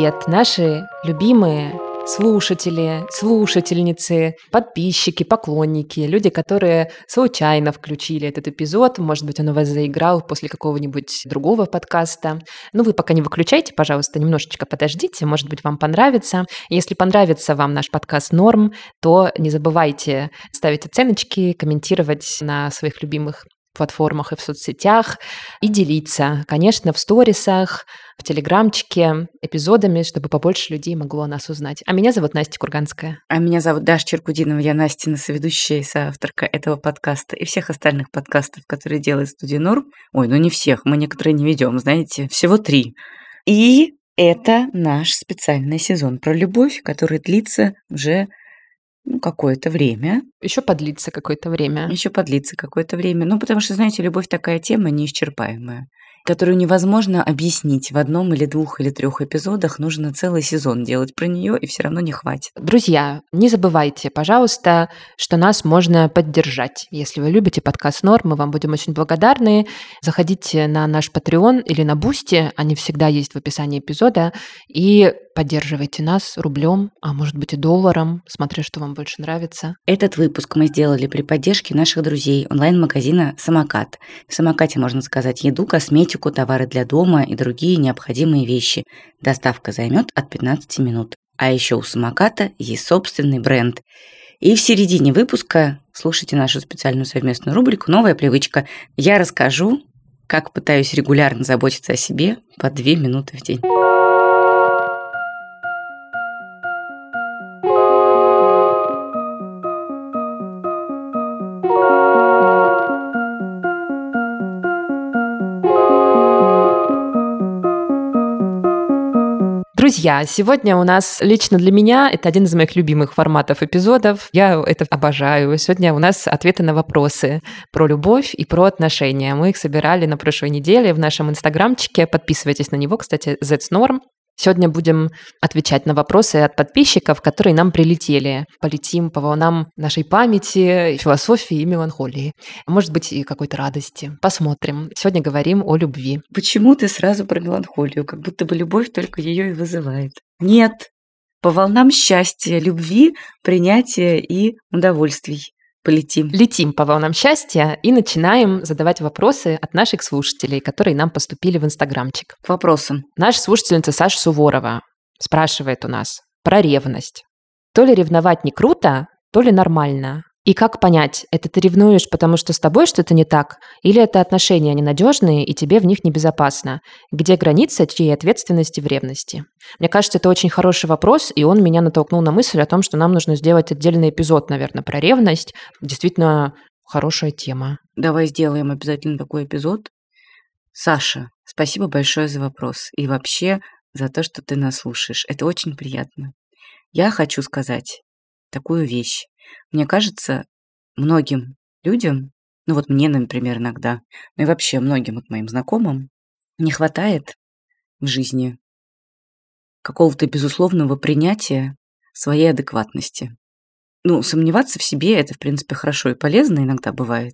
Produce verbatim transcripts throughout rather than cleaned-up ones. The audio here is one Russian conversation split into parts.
привет, наши любимые слушатели, слушательницы, подписчики, поклонники, люди, которые случайно включили этот эпизод, может быть, он у вас заиграл после какого-нибудь другого подкаста. Ну, вы пока не выключайте, пожалуйста, немножечко подождите, может быть, вам понравится. Если понравится вам наш подкаст «Норм», то не забывайте ставить оценочки, комментировать на своих любимых платформах и в соцсетях, и делиться, конечно, в сторисах, в телеграмчике эпизодами, чтобы побольше людей могло нас узнать. А меня зовут Настя Курганская. А меня зовут Даша Черкудинова, я Настина, соведущая и соавторка этого подкаста и всех остальных подкастов, которые делает студия «Норм». Ой, ну не всех, мы некоторые не ведем, знаете, всего три. И это наш специальный сезон про любовь, который длится уже ну, какое-то время. Еще подлится какое-то время. Еще подлится какое-то время. Ну, потому что, знаете, любовь такая тема неисчерпаемая, которую невозможно объяснить в одном или двух или трех эпизодах. Нужно целый сезон делать про нее, и все равно не хватит. Друзья, не забывайте, пожалуйста, что нас можно поддержать. Если вы любите подкаст «Норм», мы вам будем очень благодарны. Заходите на наш Patreon или на Boosty, они всегда есть в описании эпизода, и поддерживайте нас рублем, а может быть и долларом, смотря что вам больше нравится. Этот выпуск мы сделали при поддержке наших друзей онлайн-магазина «Самокат». В «Самокате» можно сказать еду, косметику, товары для дома и другие необходимые вещи. Доставка займет от пятнадцати минут. А еще у «Самоката» есть собственный бренд. И в середине выпуска слушайте нашу специальную совместную рубрику «Новая привычка». Я расскажу, как пытаюсь регулярно заботиться о себе по две минуты в день. Друзья, сегодня у нас лично для меня это один из моих любимых форматов эпизодов. Я это обожаю. Сегодня у нас ответы на вопросы про любовь и про отношения. Мы их собирали на прошлой неделе в нашем инстаграмчике. Подписывайтесь на него, кстати, That's Norm. Сегодня будем отвечать на вопросы от подписчиков, которые нам прилетели. Полетим по волнам нашей памяти, философии и меланхолии. Может быть, и какой-то радости. Посмотрим. Сегодня говорим о любви. Почему ты сразу про меланхолию? Как будто бы любовь только ее и вызывает. Нет. По волнам счастья, любви, принятия и удовольствий. Полетим. Летим по волнам счастья и начинаем задавать вопросы от наших слушателей, которые нам поступили в инстаграмчик. К вопросам. Наша слушательница Саша Суворова спрашивает у нас про ревность. То ли ревновать не круто, то ли нормально. И как понять, это ты ревнуешь, потому что с тобой что-то не так, или это отношения ненадежные, и тебе в них небезопасно? Где граница чьей ответственности в ревности? Мне кажется, это очень хороший вопрос, и он меня натолкнул на мысль о том, что нам нужно сделать отдельный эпизод, наверное, про ревность. Действительно хорошая тема. Давай сделаем обязательно такой эпизод. Саша, спасибо большое за вопрос. И вообще за то, что ты нас слушаешь. Это очень приятно. Я хочу сказать такую вещь. Мне кажется, многим людям, ну вот мне, например, иногда, ну и вообще многим вот моим знакомым, не хватает в жизни какого-то безусловного принятия своей адекватности. Ну, сомневаться в себе – это, в принципе, хорошо и полезно иногда бывает.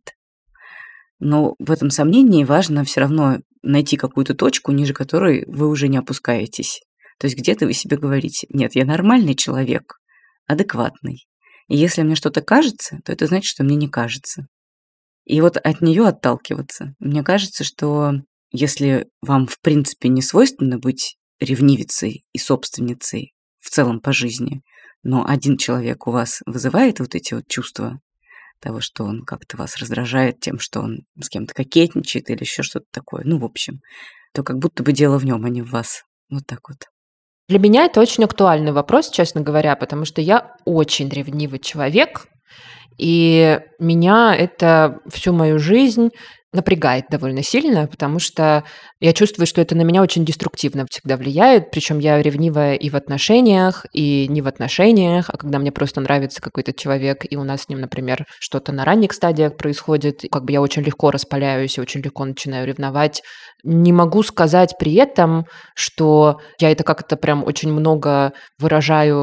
Но в этом сомнении важно все равно найти какую-то точку, ниже которой вы уже не опускаетесь. То есть где-то вы себе говорите: нет, я нормальный человек, адекватный. И если мне что-то кажется, то это значит, что мне не кажется. И вот от нее отталкиваться. Мне кажется, что если вам в принципе не свойственно быть ревнивицей и собственницей в целом по жизни, но один человек у вас вызывает вот эти вот чувства того, что он как-то вас раздражает тем, что он с кем-то кокетничает или еще что-то такое, ну, в общем, то как будто бы дело в нем, а не в вас. Вот так вот. Для меня это очень актуальный вопрос, честно говоря, потому что я очень ревнивый человек, и меня это всю мою жизнь напрягает довольно сильно, потому что я чувствую, что это на меня очень деструктивно всегда влияет, причем я ревнивая и в отношениях, и не в отношениях, а когда мне просто нравится какой-то человек, и у нас с ним, например, что-то на ранних стадиях происходит, как бы я очень легко распаляюсь и очень легко начинаю ревновать. Не могу сказать при этом, что я это как-то прям очень много выражаю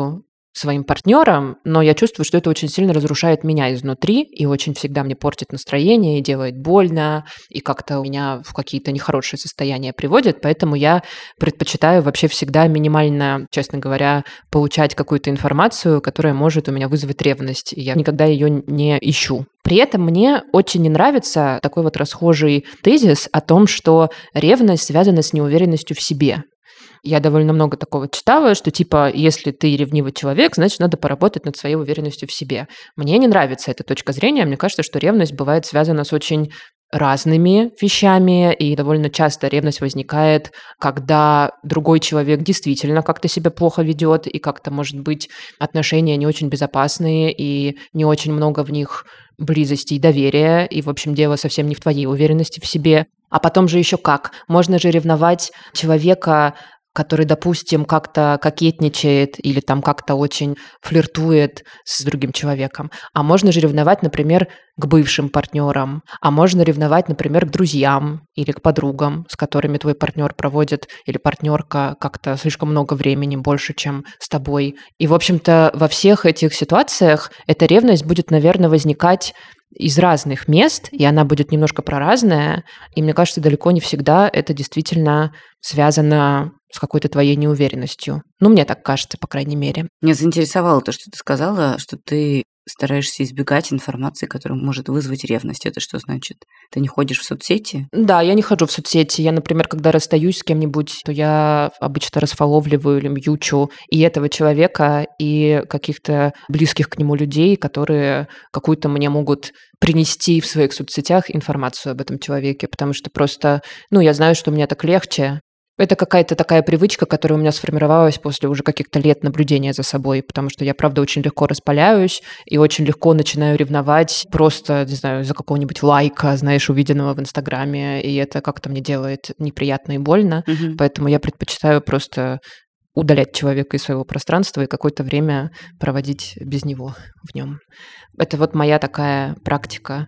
своим партнером, но я чувствую, что это очень сильно разрушает меня изнутри и очень всегда мне портит настроение и делает больно, и как-то меня в какие-то нехорошие состояния приводит, поэтому я предпочитаю вообще всегда минимально, честно говоря, получать какую-то информацию, которая может у меня вызвать ревность, и я никогда ее не ищу. При этом мне очень не нравится такой вот расхожий тезис о том, что ревность связана с неуверенностью в себе. Я довольно много такого читала, что типа, если ты ревнивый человек, значит, надо поработать над своей уверенностью в себе. Мне не нравится эта точка зрения. Мне кажется, что ревность бывает связана с очень разными вещами, и довольно часто ревность возникает, когда другой человек действительно как-то себя плохо ведет, и как-то, может быть, отношения не очень безопасные, и не очень много в них близости и доверия, и, в общем, дело совсем не в твоей уверенности в себе. А потом же еще как? Можно же ревновать человека, который, допустим, как-то кокетничает или там как-то очень флиртует с другим человеком. А можно же ревновать, например, к бывшим партнерам. А можно ревновать, например, к друзьям или к подругам, с которыми твой партнер проводит или партнерка как-то слишком много времени, больше, чем с тобой. И, в общем-то, во всех этих ситуациях эта ревность будет, наверное, возникать из разных мест, и она будет немножко проразная, и мне кажется, далеко не всегда это действительно связано с какой-то твоей неуверенностью. Ну, мне так кажется, по крайней мере. Меня заинтересовало то, что ты сказала, что ты стараешься избегать информации, которая может вызвать ревность. Это что значит? Ты не ходишь в соцсети? Да, я не хожу в соцсети. Я, например, когда расстаюсь с кем-нибудь, то я обычно расфоловливаю или мьючу и этого человека, и каких-то близких к нему людей, которые какую-то мне могут принести в своих соцсетях информацию об этом человеке, потому что просто, ну, я знаю, что мне так легче. Это какая-то такая привычка, которая у меня сформировалась после уже каких-то лет наблюдения за собой, потому что я, правда, очень легко распаляюсь и очень легко начинаю ревновать просто, не знаю, за какого-нибудь лайка, знаешь, увиденного в Инстаграме, и это как-то мне делает неприятно и больно, Мгм. поэтому я предпочитаю просто удалять человека из своего пространства и какое-то время проводить без него в нем. Это вот моя такая практика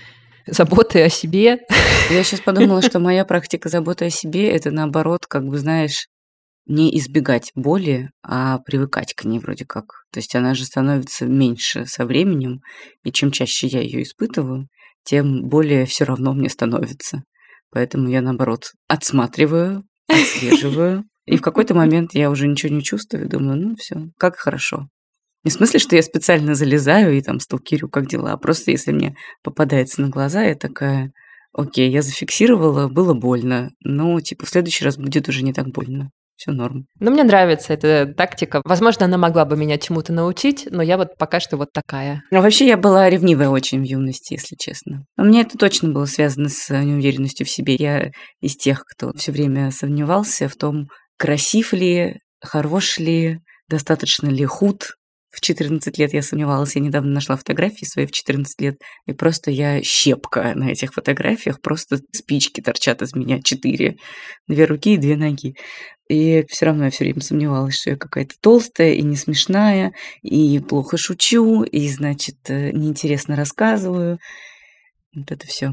заботы о себе. Я сейчас подумала, что моя практика заботы о себе — это, наоборот, как бы, знаешь, не избегать боли, а привыкать к ней вроде как. То есть она же становится меньше со временем, и чем чаще я ее испытываю, тем более все равно мне становится. Поэтому я, наоборот, отсматриваю, отслеживаю, и в какой-то момент я уже ничего не чувствую, думаю, ну все, как хорошо. Не в смысле, что я специально залезаю и там сталкерю, как дела, а просто если мне попадается на глаза, я такая: окей, я зафиксировала, было больно, но типа в следующий раз будет уже не так больно. Все норм. Но мне нравится эта тактика. Возможно, она могла бы меня чему-то научить, но я вот пока что вот такая. А вообще я была ревнивая очень в юности, если честно. Но мне это точно было связано с неуверенностью в себе. Я из тех, кто все время сомневался в том, красив ли, хорош ли, достаточно ли худ. В четырнадцать лет я сомневалась. Я недавно нашла фотографии свои в четырнадцать лет, и просто я щепка на этих фотографиях. Просто спички торчат из меня четыре. Две руки и две ноги. И все равно я все время сомневалась, что я какая-то толстая и не смешная, и плохо шучу, и, значит, э, неинтересно рассказываю. Вот это все.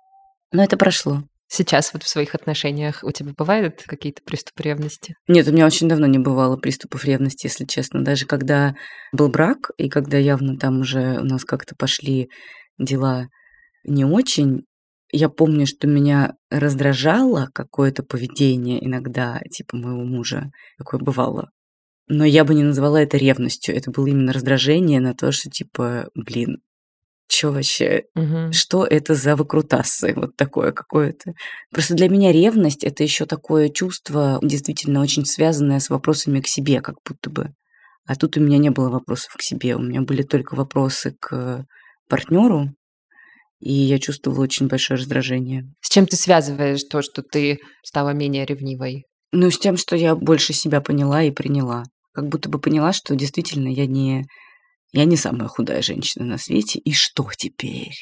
Но это прошло. Сейчас вот в своих отношениях у тебя бывают какие-то приступы ревности? Нет, у меня очень давно не бывало приступов ревности, если честно. Даже когда был брак, и когда явно там уже у нас как-то пошли дела не очень, я помню, что меня раздражало какое-то поведение иногда, типа моего мужа, такое бывало. Но я бы не назвала это ревностью. Это было именно раздражение на то, что типа, блин, чё вообще, Мгм. что это за выкрутасы вот такое какое-то. Просто для меня ревность — это еще такое чувство, действительно очень связанное с вопросами к себе, как будто бы. А тут у меня не было вопросов к себе, у меня были только вопросы к партнеру, и я чувствовала очень большое раздражение. С чем ты связываешь то, что ты стала менее ревнивой? Ну, с тем, что я больше себя поняла и приняла. Как будто бы поняла, что действительно я не, я не самая худая женщина на свете. И что теперь?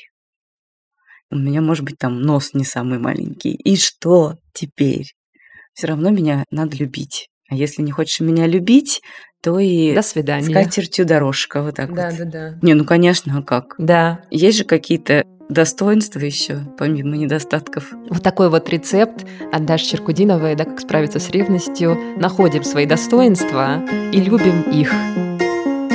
У меня, может быть, там нос не самый маленький. И что теперь? Все равно меня надо любить. А если не хочешь меня любить, то и До с свидания. катертью дорожка. Вот так Да, вот. да, да. Не, ну конечно, а как? Да. Есть же какие-то достоинства еще, помимо недостатков. Вот такой вот рецепт от Даши Черкудиновой, да, как справиться с ревностью. Находим свои достоинства и любим их.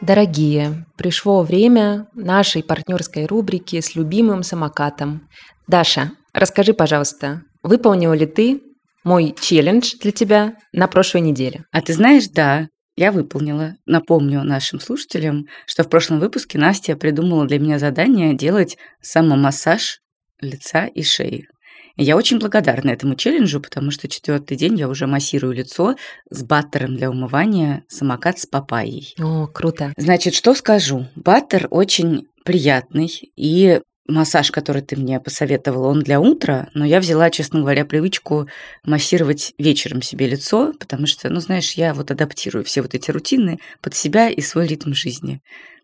Дорогие, пришло время нашей партнерской рубрики с любимым самокатом. Даша, расскажи, пожалуйста, выполнила ли ты мой челлендж для тебя на прошлой неделе? А ты знаешь, да, я выполнила. Напомню нашим слушателям, что в прошлом выпуске Настя придумала для меня задание делать самомассаж лица и шеи. И я очень благодарна этому челленджу, потому что четвертый день я уже массирую лицо с баттером для умывания «Самокат с папайей». О, круто. Значит, что скажу? Баттер очень приятный, и массаж, который ты мне посоветовала, он для утра, но я взяла, честно говоря, привычку массировать вечером себе лицо, потому что, ну, знаешь, я вот адаптирую все вот эти рутины под себя и свой ритм жизни.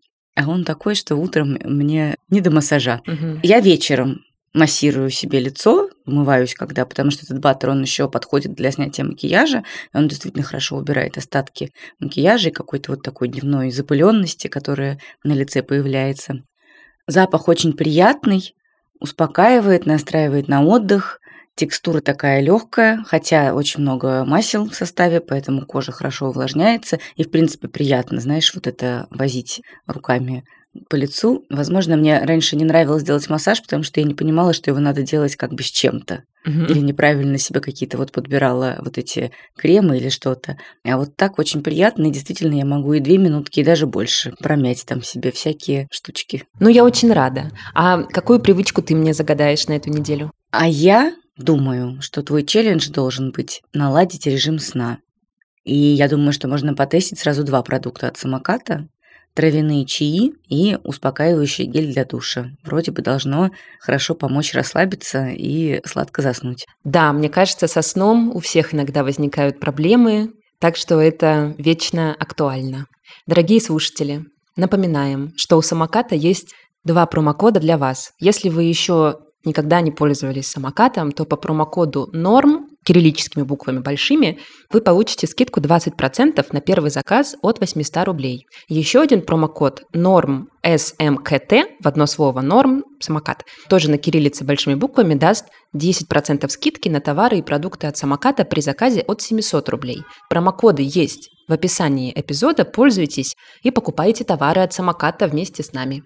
А он такой, что утром мне не до массажа. Мгм. Я вечером массирую себе лицо, умываюсь когда, потому что этот баттер, он еще подходит для снятия макияжа, и он действительно хорошо убирает остатки макияжа и какой-то вот такой дневной запыленности, которая на лице появляется. Запах очень приятный, успокаивает, настраивает на отдых. Текстура такая легкая, хотя очень много масел в составе, поэтому кожа хорошо увлажняется. И, в принципе, приятно, знаешь, вот это возить руками по лицу. Возможно, мне раньше не нравилось делать массаж, потому что я не понимала, что его надо делать как бы с чем-то. Мгм. Или неправильно себе какие-то вот подбирала вот эти кремы или что-то. А вот так очень приятно, и действительно я могу и две минутки, и даже больше промять там себе всякие штучки. Ну, я очень рада. А какую привычку ты мне загадаешь на эту неделю? А я думаю, что твой челлендж должен быть наладить режим сна. И я думаю, что можно потестить сразу два продукта от самоката: травяные чаи и успокаивающий гель для душа. Вроде бы должно хорошо помочь расслабиться и сладко заснуть. Да, мне кажется, со сном у всех иногда возникают проблемы, так что это вечно актуально. Дорогие слушатели, напоминаем, что у самоката есть два промокода для вас. Если вы еще никогда не пользовались самокатом, то по промокоду норм, кириллическими буквами большими, вы получите скидку двадцать процентов на первый заказ от восемьсот рублей. Еще один промокод норм эс эм ка тэ, в одно слово норм, самокат, тоже на кириллице большими буквами даст десять процентов скидки на товары и продукты от самоката при заказе от семьсот рублей. Промокоды есть в описании эпизода, пользуйтесь и покупайте товары от самоката вместе с нами.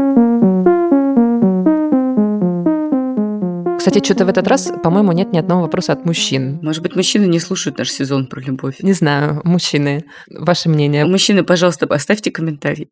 Кстати, что-то в этот раз, по-моему, нет ни одного вопроса от мужчин. Может быть, мужчины не слушают наш сезон про любовь? Не знаю, мужчины, ваше мнение. Мужчины, пожалуйста, поставьте комментарий.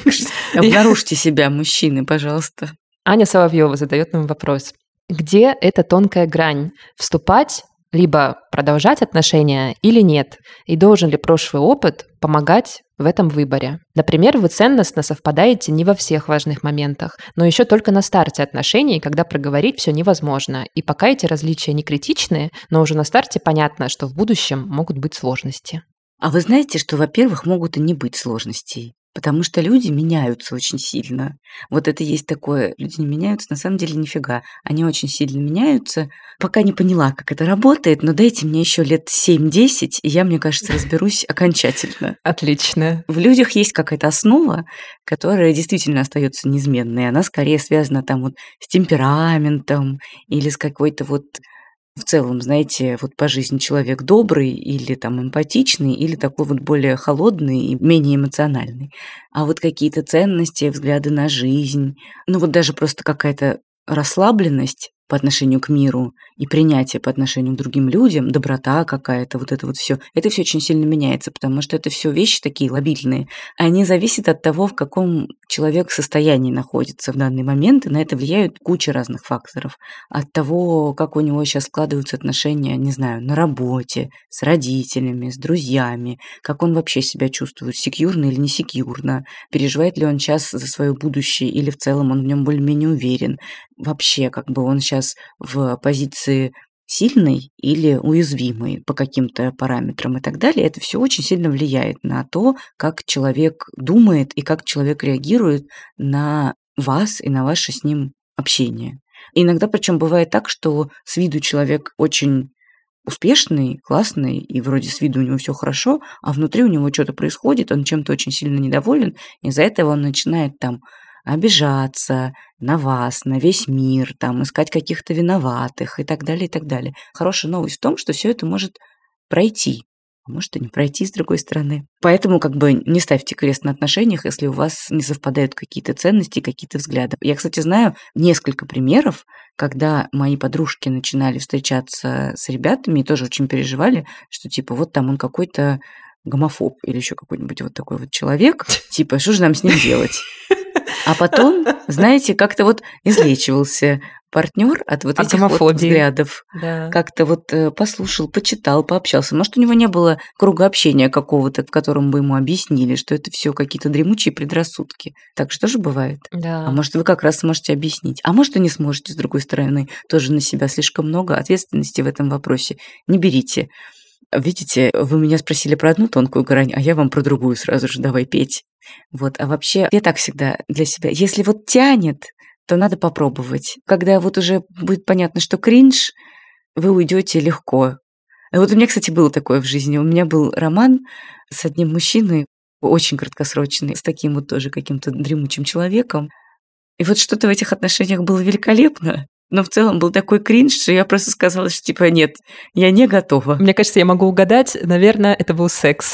Обнаружьте себя, мужчины, пожалуйста. Аня Соловьева задает нам вопрос. Где эта тонкая грань? Вступать, либо продолжать отношения или нет? И должен ли прошлый опыт помогать в этом выборе? Например, вы ценностно совпадаете не во всех важных моментах, но еще только на старте отношений, когда проговорить все невозможно. И пока эти различия не критичные, но уже на старте понятно, что в будущем могут быть сложности. А вы знаете, что, во-первых, могут и не быть сложностей, потому что люди меняются очень сильно. Вот это есть такое, люди не меняются, на самом деле нифига. Они очень сильно меняются. Пока не поняла, как это работает, но дайте мне еще лет семь-десять, и я, мне кажется, разберусь окончательно. Отлично. В людях есть какая-то основа, которая действительно остается неизменной. Она скорее связана там вот с темпераментом или с какой-то вот в целом, знаете, вот по жизни человек добрый или там эмпатичный, или такой вот более холодный и менее эмоциональный. А вот какие-то ценности, взгляды на жизнь, ну вот даже просто какая-то расслабленность по отношению к миру и принятие по отношению к другим людям, доброта какая-то, вот это вот все, это все очень сильно меняется, потому что это все вещи такие лобильные. Они зависят от того, в каком человек состоянии находится в данный момент, и на это влияют куча разных факторов. От того, как у него сейчас складываются отношения, не знаю, на работе, с родителями, с друзьями, как он вообще себя чувствует, секьюрно или не секьюрно, переживает ли он сейчас за свое будущее или в целом он в нем более-менее уверен. Вообще, как бы он сейчас в позиции сильной или уязвимой по каким-то параметрам и так далее, это все очень сильно влияет на то, как человек думает и как человек реагирует на вас и на ваше с ним общение. И иногда, причем бывает так, что с виду человек очень успешный, классный, и вроде с виду у него все хорошо, а внутри у него что-то происходит, он чем-то очень сильно недоволен, из-за этого он начинает там обижаться на вас, на весь мир, там, искать каких-то виноватых и так далее, и так далее. Хорошая новость в том, что все это может пройти. может и не пройти с другой стороны. Поэтому как бы не ставьте крест на отношениях, если у вас не совпадают какие-то ценности, какие-то взгляды. Я, кстати, знаю несколько примеров, когда мои подружки начинали встречаться с ребятами и тоже очень переживали, что типа вот там он какой-то гомофоб или еще какой-нибудь вот такой вот человек, типа что же нам с ним делать? А потом, знаете, как-то вот излечивался партнер от вот От этих вот гомофобии. взглядов. Да. Как-то вот э, послушал, почитал, пообщался. Может, у него не было круга общения какого-то, в котором бы ему объяснили, что это все какие-то дремучие предрассудки. Так что же бывает? А Да. может, вы как раз сможете объяснить. А может, и не сможете, с другой стороны. Тоже на себя слишком много ответственности в этом вопросе. Не берите. Видите, вы меня спросили про одну тонкую грань, а я вам про другую сразу же давай петь. Вот, а вообще, я так всегда для себя. Если вот тянет, то надо попробовать. Когда вот уже будет понятно, что кринж, вы уйдете легко. А вот у меня, кстати, было такое в жизни. У меня был роман с одним мужчиной, очень краткосрочный, с таким вот тоже каким-то дремучим человеком. И вот что-то в этих отношениях было великолепно. Но в целом был такой кринж, что я просто сказала, что типа нет, я не готова. Мне кажется, я могу угадать. Наверное, это был секс.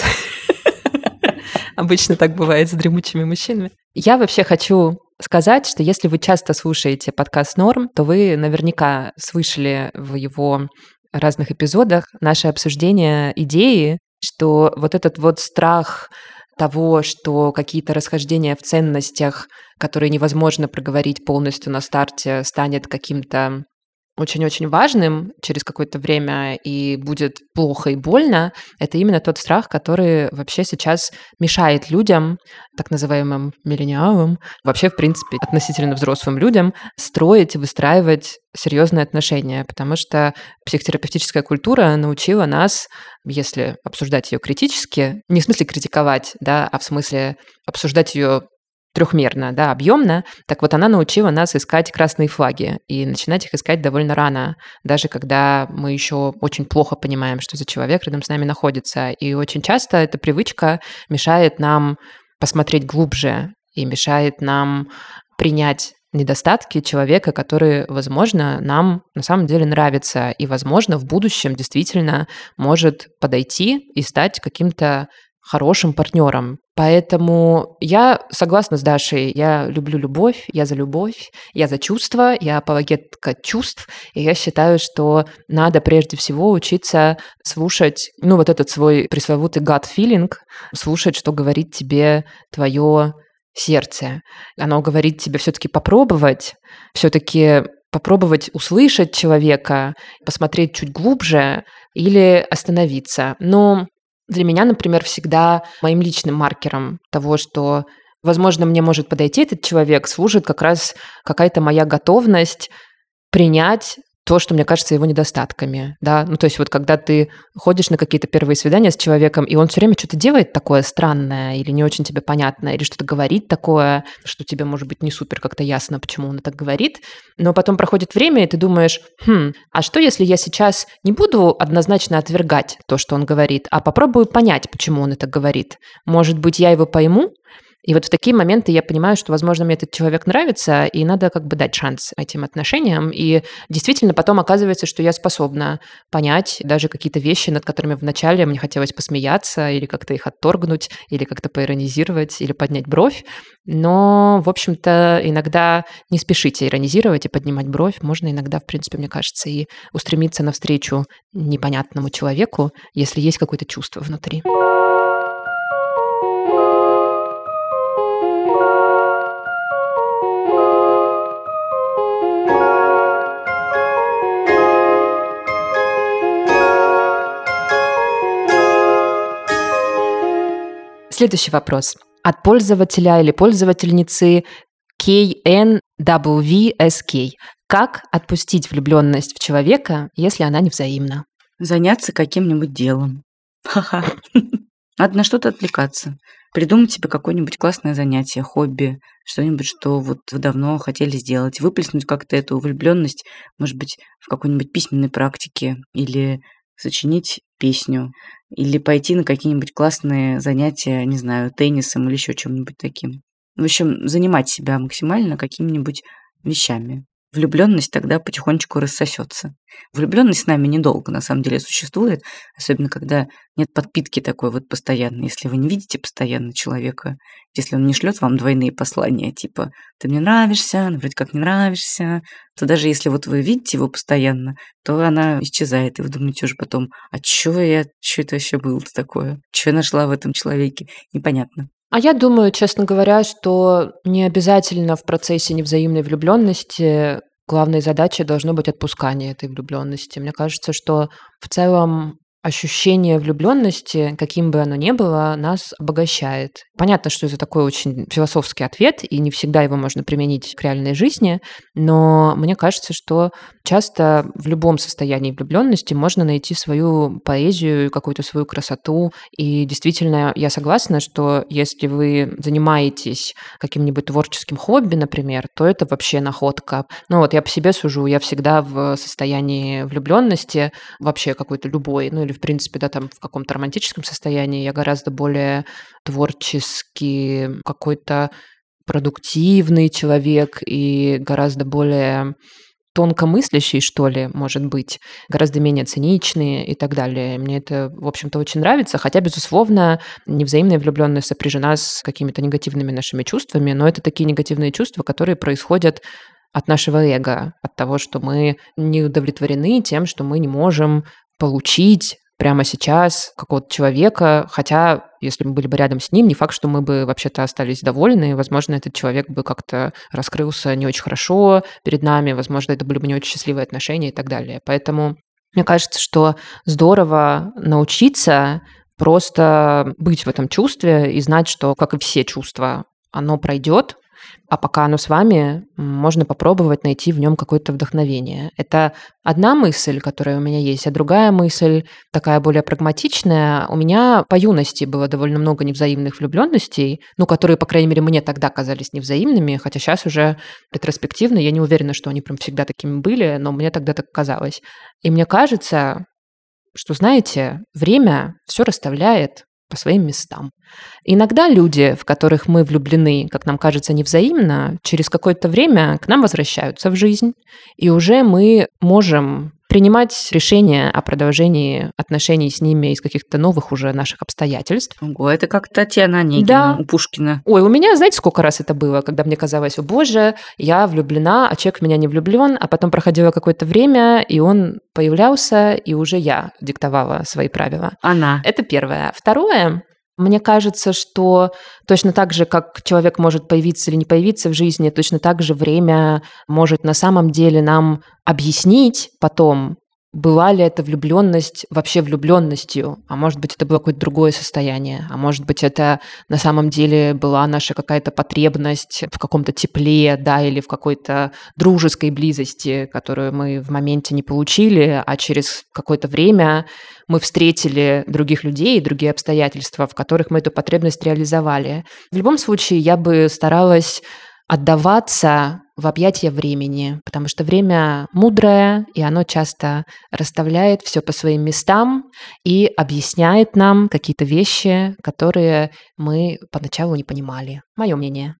Обычно так бывает с дремучими мужчинами. Я вообще хочу сказать, что если вы часто слушаете подкаст «Норм», то вы наверняка слышали в его разных эпизодах наше обсуждение идеи, что вот этот вот страх того, что какие-то расхождения в ценностях, которые невозможно проговорить полностью на старте, станет каким-то очень-очень важным через какое-то время и будет плохо и больно, это именно тот страх, который вообще сейчас мешает людям, так называемым миллениалам, вообще, в принципе, относительно взрослым людям, строить и выстраивать серьезные отношения, потому что психотерапевтическая культура научила нас, если обсуждать ее критически, не в смысле критиковать, да, а в смысле обсуждать ее трехмерно, да, объемно, так вот она научила нас искать красные флаги и начинать их искать довольно рано, даже когда мы еще очень плохо понимаем, что за человек рядом с нами находится. И очень часто эта привычка мешает нам посмотреть глубже и мешает нам принять недостатки человека, которые, возможно, нам на самом деле нравятся и, возможно, в будущем действительно может подойти и стать каким-то хорошим партнером. Поэтому я согласна с Дашей, я люблю любовь, я за любовь, я за чувства, я апологетка чувств, и я считаю, что надо прежде всего учиться слушать, ну, вот этот свой пресловутый gut feeling, слушать, что говорит тебе твое сердце. Оно говорит тебе все-таки попробовать, все-таки попробовать услышать человека, посмотреть чуть глубже или остановиться. Но для меня, например, всегда моим личным маркером того, что, возможно, мне может подойти этот человек, служит как раз какая-то моя готовность принять то, что мне кажется его недостатками, да, ну, то есть вот когда ты ходишь на какие-то первые свидания с человеком, и он все время что-то делает такое странное или не очень тебе понятно, или что-то говорит такое, что тебе, может быть, не супер как-то ясно, почему он так говорит, но потом проходит время, и ты думаешь, хм, а что, если я сейчас не буду однозначно отвергать то, что он говорит, а попробую понять, почему он это говорит? Может быть, я его пойму? И вот в такие моменты я понимаю, что, возможно, мне этот человек нравится, и надо как бы дать шанс этим отношениям. И действительно потом оказывается, что я способна понять даже какие-то вещи, над которыми вначале мне хотелось посмеяться или как-то их отторгнуть, или как-то поиронизировать, или поднять бровь. Но, в общем-то, иногда не спешите иронизировать и поднимать бровь. Можно иногда, в принципе, мне кажется, и устремиться навстречу непонятному человеку, если есть какое-то чувство внутри. Следующий вопрос. От пользователя или пользовательницы кей эн дабл ю ви эс кей. Как отпустить влюбленность в человека, если она невзаимна? Заняться каким-нибудь делом. Ха-ха. Надо на что-то отвлекаться. Придумать себе какое-нибудь классное занятие, хобби, что-нибудь, что вот вы давно хотели сделать. Выплеснуть как-то эту влюбленность, может быть, в какой-нибудь письменной практике или сочинить песню, или пойти на какие-нибудь классные занятия, не знаю, теннисом или еще чем-нибудь таким. В общем, занимать себя максимально какими-нибудь вещами. влюбленность тогда потихонечку рассосется. Влюбленность с нами недолго, на самом деле, существует, особенно когда нет подпитки такой вот постоянной. Если вы не видите постоянно человека, если он не шлет вам двойные послания, типа «ты мне нравишься», «ну, вроде как не нравишься», то даже если вот вы видите его постоянно, то она исчезает, и вы думаете уже потом, а чё я, чё это вообще было-то такое? Чё я нашла в этом человеке? Непонятно. А я думаю, честно говоря, что не обязательно в процессе невзаимной влюбленности главной задачей должно быть отпускание этой влюбленности. Мне кажется, что в целом ощущение влюбленности, каким бы оно ни было, нас обогащает. Понятно, что это такой очень философский ответ, и не всегда его можно применить к реальной жизни, но мне кажется, что часто в любом состоянии влюбленности можно найти свою поэзию, какую-то свою красоту. И действительно, я согласна, что если вы занимаетесь каким-нибудь творческим хобби, например, то это вообще находка. Ну вот я по себе сужу, я всегда в состоянии влюбленности, вообще какой-то любой, ну или в принципе, да, там в каком-то романтическом состоянии я гораздо более творчески какой-то продуктивный человек и гораздо более тонкомыслящий, что ли, может быть, гораздо менее циничный и так далее. Мне это, в общем-то, очень нравится, хотя, безусловно, невзаимная влюбленность сопряжена с какими-то негативными нашими чувствами, но это такие негативные чувства, которые происходят от нашего эго, от того, что мы не удовлетворены тем, что мы не можем получить прямо сейчас какого-то человека, хотя, если мы были бы рядом с ним, не факт, что мы бы вообще-то остались довольны, возможно, этот человек бы как-то раскрылся не очень хорошо перед нами, возможно, это были бы не очень счастливые отношения и так далее. Поэтому мне кажется, что здорово научиться просто быть в этом чувстве и знать, что, как и все чувства, оно пройдет, а пока оно с вами, можно попробовать найти в нем какое-то вдохновение. Это одна мысль, которая у меня есть, а другая мысль, такая более прагматичная. У меня по юности было довольно много невзаимных влюбленностей, ну, которые, по крайней мере, мне тогда казались невзаимными, хотя сейчас уже ретроспективно я не уверена, что они прям всегда такими были, но мне тогда так казалось. И мне кажется, что, знаете, время все расставляет по своим местам. Иногда люди, в которых мы влюблены, как нам кажется, невзаимно, через какое-то время к нам возвращаются в жизнь, и уже мы можем принимать решения о продолжении отношений с ними из каких-то новых уже наших обстоятельств. Ого, это как Татьяна Онегина Да. у Пушкина. Ой, у меня, знаете, сколько раз это было, когда мне казалось, о боже, я влюблена, а человек в меня не влюблен, а потом проходило какое-то время, и он появлялся, и уже я диктовала свои правила. Она. Это первое. Второе, мне кажется, что точно так же, как человек может появиться или не появиться в жизни, точно так же время может на самом деле нам объяснить потом, была ли эта влюбленность вообще влюбленностью, а может быть, это было какое-то другое состояние, а может быть, это на самом деле была наша какая-то потребность в каком-то тепле, да, или в какой-то дружеской близости, которую мы в моменте не получили, а через какое-то время мы встретили других людей и другие обстоятельства, в которых мы эту потребность реализовали. В любом случае, я бы старалась отдаваться в объятия времени, потому что время мудрое, и оно часто расставляет все по своим местам и объясняет нам какие-то вещи, которые мы поначалу не понимали. Мое мнение.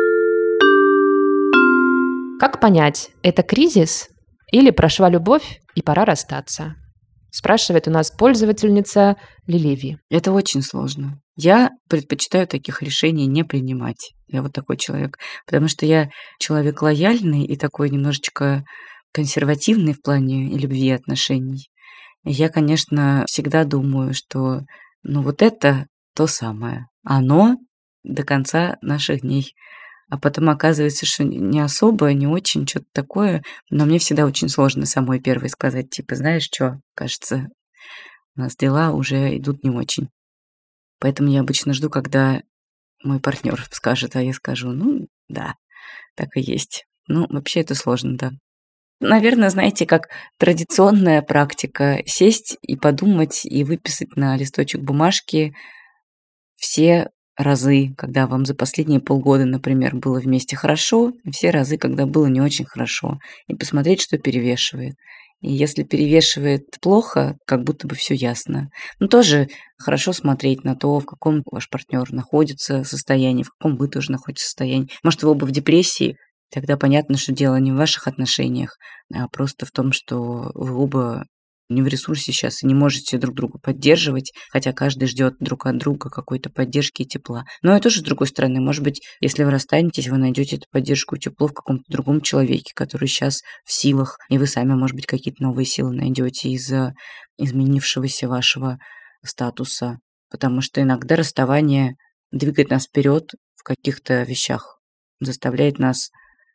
Как понять, это кризис или прошла любовь и пора расстаться? Спрашивает у нас пользовательница Лилеви. Это очень сложно. Я предпочитаю таких решений не принимать. Я вот такой человек. Потому что я человек лояльный и такой немножечко консервативный в плане любви и отношений. И я, конечно, всегда думаю, что ну вот это то самое. Оно до конца наших дней. А потом оказывается, что не особо, не очень, что-то такое. Но мне всегда очень сложно самой первой сказать, типа, знаешь что, кажется, у нас дела уже идут не очень. Поэтому я обычно жду, когда мой партнер скажет, а я скажу, ну да, так и есть. Ну, вообще это сложно, да. Наверное, знаете, как традиционная практика сесть и подумать, и выписать на листочек бумажки все разы, когда вам за последние полгода, например, было вместе хорошо, и все разы, когда было не очень хорошо, и посмотреть, что перевешивает. И если перевешивает плохо, как будто бы все ясно. Но тоже хорошо смотреть на то, в каком ваш партнер находится состоянии, в каком вы тоже находитесь состоянии. Может, вы оба в депрессии, Тогда понятно, что дело не в ваших отношениях, а просто в том, что вы оба не в ресурсе сейчас и не можете друг друга поддерживать, хотя каждый ждет друг от друга какой-то поддержки и тепла. Но и тоже, с другой стороны, может быть, если вы расстанетесь, вы найдете эту поддержку и тепло в каком-то другом человеке, который сейчас в силах, и вы сами, может быть, какие-то новые силы найдете из-за изменившегося вашего статуса. Потому что иногда расставание двигает нас вперед в каких-то вещах, заставляет нас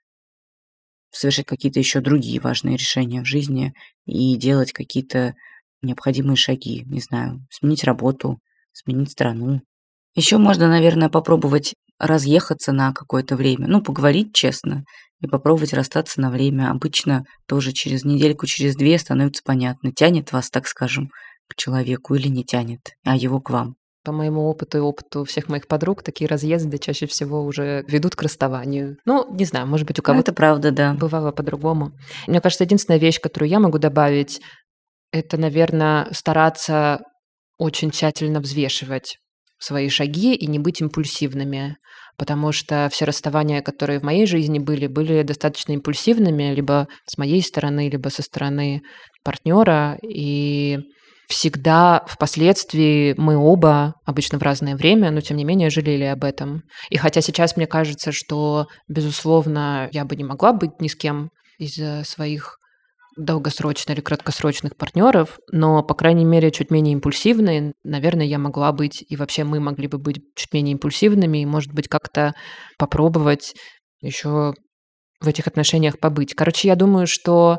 совершать какие-то еще другие важные решения в жизни и делать какие-то необходимые шаги. Не знаю, сменить работу, сменить страну. Еще можно, наверное, попробовать разъехаться на какое-то время. Ну, поговорить честно и попробовать расстаться на время. Обычно тоже через недельку, через две становится понятно, тянет вас, так скажем, к человеку или не тянет, а его к вам. По моему опыту и опыту всех моих подруг, такие разъезды чаще всего уже ведут к расставанию. Ну, не знаю, может быть, у Ну, кого-то это правда, да. бывало по-другому. Мне кажется, единственная вещь, которую я могу добавить, это, наверное, стараться очень тщательно взвешивать свои шаги и не быть импульсивными. Потому что все расставания, которые в моей жизни были, были достаточно импульсивными, либо с моей стороны, либо со стороны партнера. И всегда впоследствии мы оба, обычно в разное время, но тем не менее жалели об этом. И хотя сейчас мне кажется, что, безусловно, я бы не могла быть ни с кем из своих долгосрочных или краткосрочных партнеров, но, по крайней мере, чуть менее импульсивной, наверное, я могла быть, и вообще мы могли бы быть чуть менее импульсивными, и, может быть, как-то попробовать еще в этих отношениях побыть. Короче, я думаю, что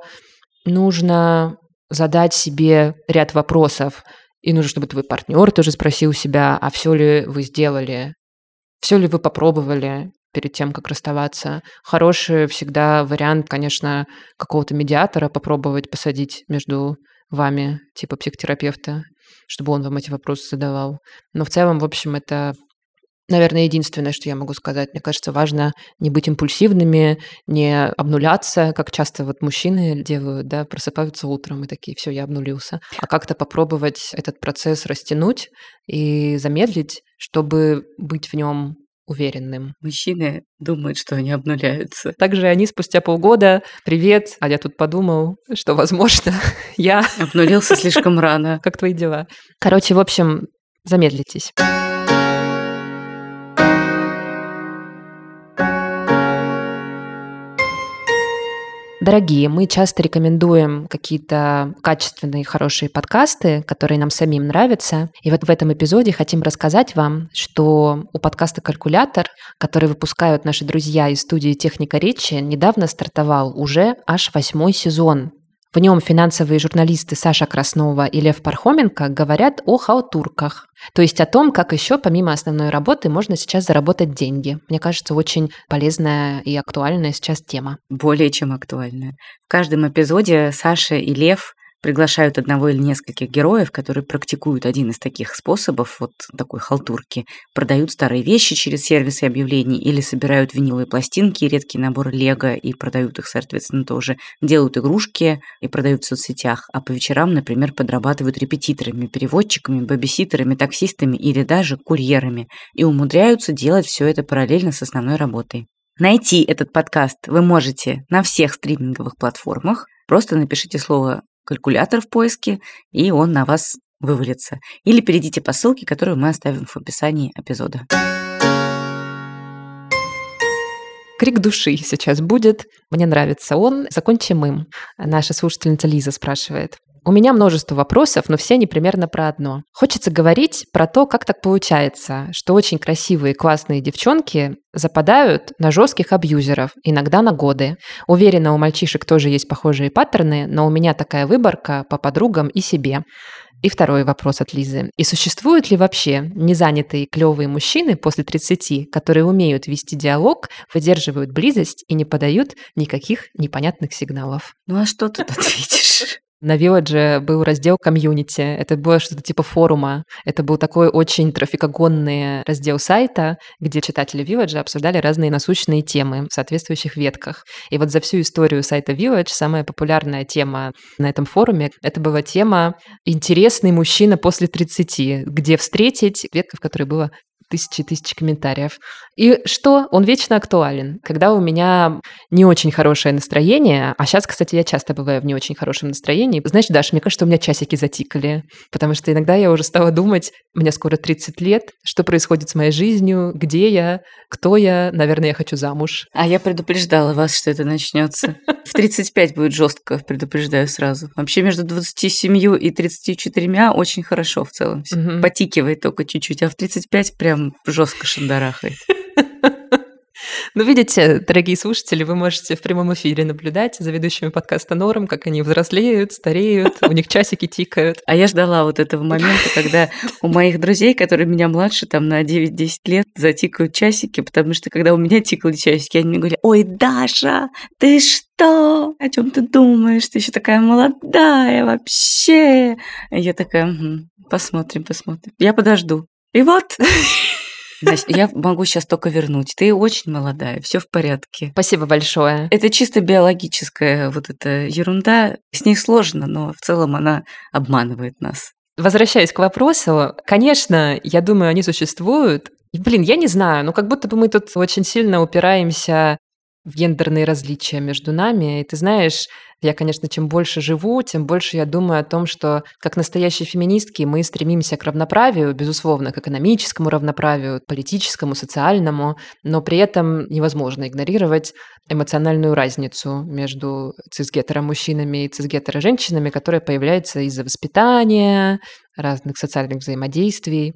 нужно задать себе ряд вопросов, и нужно, чтобы твой партнер тоже спросил себя, а все ли вы сделали, все ли вы попробовали перед тем, как расставаться. Хороший всегда вариант, конечно, какого-то медиатора попробовать посадить между вами, типа психотерапевта, чтобы он вам эти вопросы задавал. Но в целом, в общем, это, наверное, единственное, что я могу сказать. Мне кажется, важно не быть импульсивными, не обнуляться, как часто вот мужчины делают, да, просыпаются утром и такие, все, я обнулился. А как-то попробовать этот процесс растянуть и замедлить, чтобы быть в нем уверенным. Мужчины думают, что они обнуляются. Также они спустя полгода: «Привет, а я тут подумал, что, возможно, я Обнулился слишком рано. как твои дела?» Короче, в общем, замедлитесь. Дорогие, мы часто рекомендуем какие-то качественные, хорошие подкасты, которые нам самим нравятся. И вот в этом эпизоде хотим рассказать вам, что у подкаста «Калькулятор», который выпускают наши друзья из студии «Техника речи», недавно стартовал уже аж восьмой сезон. В нем финансовые журналисты Саша Краснова и Лев Пархоменко говорят о халтурках, то есть о том, как еще помимо основной работы можно сейчас заработать деньги. Мне кажется, очень полезная и актуальная сейчас тема. Более чем актуальная. В каждом эпизоде Саша и Лев приглашают одного или нескольких героев, которые практикуют один из таких способов, вот такой халтурки, продают старые вещи через сервисы объявлений или собирают виниловые пластинки и редкие наборы лего и продают их, соответственно, тоже, делают игрушки и продают в соцсетях, а по вечерам, например, подрабатывают репетиторами, переводчиками, бэбиситерами, таксистами или даже курьерами и умудряются делать все это параллельно с основной работой. Найти этот подкаст вы можете на всех стриминговых платформах. Просто напишите слово «калькулятор» в поиске, и он на вас вывалится. Или перейдите по ссылке, которую мы оставим в описании эпизода. Крик души сейчас будет. Мне нравится он. Закончим им. Наша слушательница Лиза спрашивает. У меня множество вопросов, но все они примерно про одно. Хочется говорить про то, как так получается, что очень красивые, классные девчонки западают на жестких абьюзеров, иногда на годы. Уверена, у мальчишек тоже есть похожие паттерны, но у меня такая выборка по подругам и себе. И второй вопрос от Лизы. И существуют ли вообще незанятые клевые мужчины после тридцати, которые умеют вести диалог, выдерживают близость и не подают никаких непонятных сигналов? Ну а что тут ответишь? На Village был раздел комьюнити. Это было что-то типа форума. Это был такой очень трафикогонный раздел сайта, где читатели Village обсуждали разные насущные темы в соответствующих ветках. И вот за всю историю сайта Village самая популярная тема на этом форуме — это была тема «Интересный мужчина после тридцати», где встретить, ветка, в которой было тысячи и тысячи комментариев. И что? Он вечно актуален. Когда у меня не очень хорошее настроение, а сейчас, кстати, я часто бываю в не очень хорошем настроении, знаешь, Даш, мне кажется, у меня часики затикали, потому что иногда я уже стала думать, мне скоро тридцать лет, что происходит с моей жизнью, где я, кто я, наверное, я хочу замуж. А я предупреждала вас, что это начнется. В тридцать пять будет жестко, предупреждаю сразу. Вообще между двадцатью семью и тридцатью четырьмя очень хорошо в целом. Мгм. Потикивает только чуть-чуть, а в тридцать пять прям жестко шандарахает. Ну, видите, дорогие слушатели, вы можете в прямом эфире наблюдать за ведущими подкаста Норм, как они взрослеют, стареют, у них часики тикают. А я ждала вот этого момента, когда у моих друзей, которые меня младше, там на девять-десять лет, затикают часики, потому что когда у меня тикали часики, они мне говорили: ой, Даша, ты что? О чем ты думаешь? Ты еще такая молодая вообще. И я такая: угу, посмотрим, посмотрим. Я подожду. И вот... Настя, я могу сейчас только вернуть. Ты очень молодая, все в порядке. Спасибо большое. Это чисто биологическая вот эта ерунда. С ней сложно, но в целом она обманывает нас. Возвращаясь к вопросу, конечно, я думаю, они существуют. И, блин, я не знаю, но как будто бы мы тут очень сильно упираемся в гендерные различия между нами. И ты знаешь, я, конечно, чем больше живу, тем больше я думаю о том, что как настоящие феминистки мы стремимся к равноправию, безусловно, к экономическому равноправию, политическому, социальному, но при этом невозможно игнорировать эмоциональную разницу между цисгетеро-мужчинами и цисгетеро-женщинами, которая появляется из-за воспитания, разных социальных взаимодействий.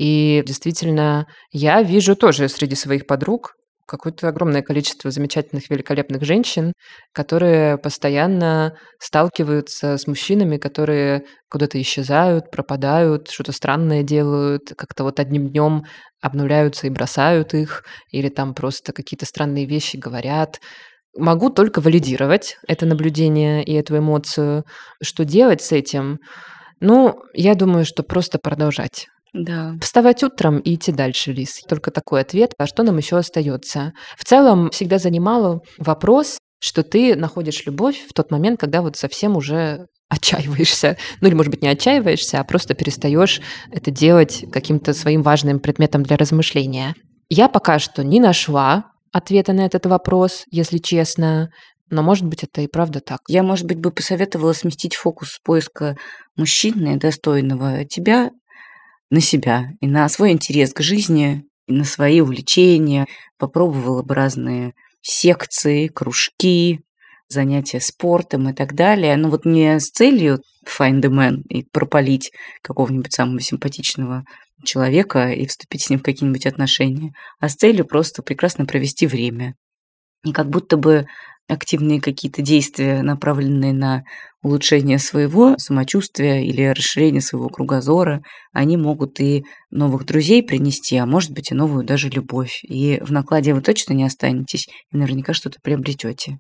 И действительно, я вижу тоже среди своих подруг какое-то огромное количество замечательных, великолепных женщин, которые постоянно сталкиваются с мужчинами, которые куда-то исчезают, пропадают, что-то странное делают, как-то вот одним днем обнуляются и бросают их, или там просто какие-то странные вещи говорят. Могу только валидировать это наблюдение и эту эмоцию. Что делать с этим? Ну, я думаю, что просто продолжать. Да. Вставать утром и идти дальше, Лиз. Только такой ответ. А что нам еще остается? В целом всегда занимал вопрос, что ты находишь любовь в тот момент, когда вот совсем уже отчаиваешься. Ну или, может быть, не отчаиваешься, а просто перестаешь это делать каким-то своим важным предметом для размышления. Я пока что не нашла ответа на этот вопрос, если честно. Но, может быть, это и правда так. Я, может быть, бы посоветовала сместить фокус поиска мужчины достойного тебя на себя и на свой интерес к жизни, и на свои увлечения. Попробовала бы разные секции, кружки, занятия спортом и так далее. Но вот не с целью find a man и пропалить какого-нибудь самого симпатичного человека и вступить с ним в какие-нибудь отношения, а с целью просто прекрасно провести время. И как будто бы активные какие-то действия, направленные на улучшение своего самочувствия или расширение своего кругозора, они могут и новых друзей принести, а может быть и новую даже любовь. И в накладе вы точно не останетесь, и наверняка что-то приобретете.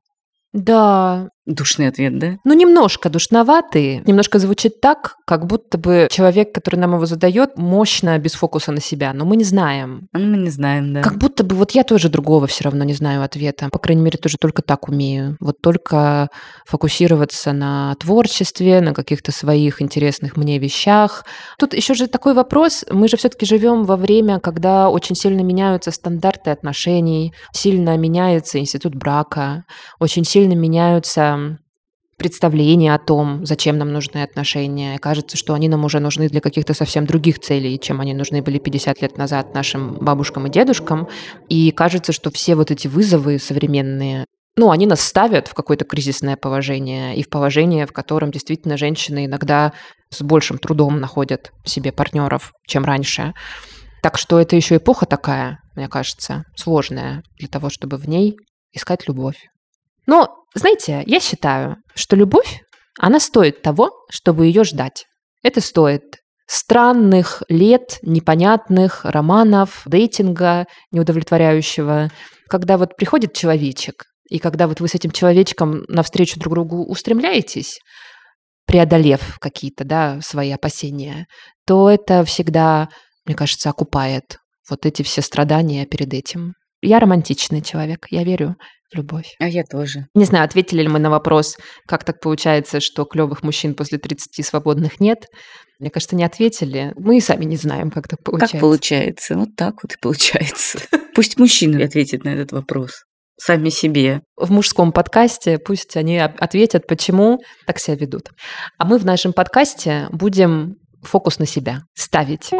Да. Душный ответ, да? Ну, немножко душноватый, немножко звучит так, как будто бы человек, который нам его задает, мощно без фокуса на себя, но мы не знаем. Ну, мы не знаем, да. Как будто бы вот я тоже другого все равно не знаю ответа. По крайней мере, тоже только так умею. Вот только фокусироваться на творчестве, на каких-то своих интересных мне вещах. Тут еще же такой вопрос. Мы же все-таки живем во время, когда очень сильно меняются стандарты отношений, сильно меняется институт брака, очень сильно меняются представление о том, зачем нам нужны отношения. Кажется, что они нам уже нужны для каких-то совсем других целей, чем они нужны были пятьдесят лет назад нашим бабушкам и дедушкам. И кажется, что все вот эти вызовы современные, ну, они нас ставят в какое-то кризисное положение, и в положение, в котором действительно женщины иногда с большим трудом находят себе партнеров, чем раньше. Так что это еще эпоха такая, мне кажется, сложная для того, чтобы в ней искать любовь. Но, знаете, я считаю, что любовь, она стоит того, чтобы ее ждать. Это стоит странных лет, непонятных романов, дейтинга неудовлетворяющего, когда вот приходит человечек, и когда вот вы с этим человечком навстречу друг другу устремляетесь, преодолев какие-то, да, свои опасения, то это всегда, мне кажется, окупает вот эти все страдания перед этим. Я романтичный человек, я верю в любовь. А я тоже. Не знаю, ответили ли мы на вопрос, как так получается, что клёвых мужчин после тридцати свободных нет. Мне кажется, не ответили. Мы и сами не знаем, как так получается. Как получается? Вот так вот и получается. Пусть мужчины ответят на этот вопрос. Сами себе. В мужском подкасте пусть они ответят, почему так себя ведут. А мы в нашем подкасте будем фокус на себя ставить.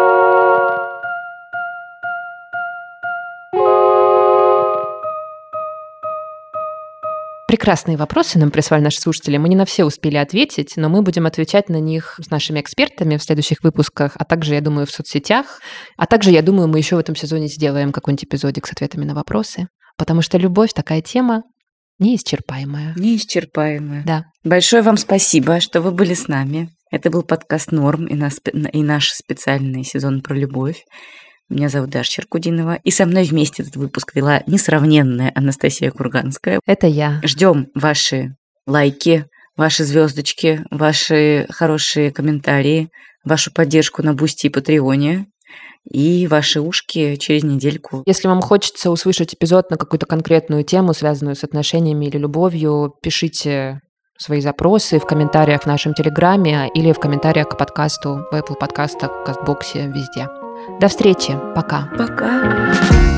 Прекрасные вопросы нам прислали наши слушатели. Мы не на все успели ответить, но мы будем отвечать на них с нашими экспертами в следующих выпусках, а также, я думаю, в соцсетях. А также, я думаю, мы еще в этом сезоне сделаем какой-нибудь эпизодик с ответами на вопросы. Потому что любовь такая тема неисчерпаемая. Неисчерпаемая. Да. Большое вам спасибо, что вы были с нами. Это был подкаст «Норм» и, наш, и наш специальный сезон про любовь. Меня зовут Даша Черкудинова. И со мной вместе этот выпуск вела несравненная Анастасия Курганская. Это я. Ждем ваши лайки, ваши звездочки, ваши хорошие комментарии, вашу поддержку на Бусти и Патреоне. И ваши ушки через недельку. Если вам хочется услышать эпизод на какую-то конкретную тему, связанную с отношениями или любовью, пишите свои запросы в комментариях в нашем Телеграме или в комментариях к подкасту в Apple подкастах, в Кастбоксе, везде. До встречи. Пока. Пока.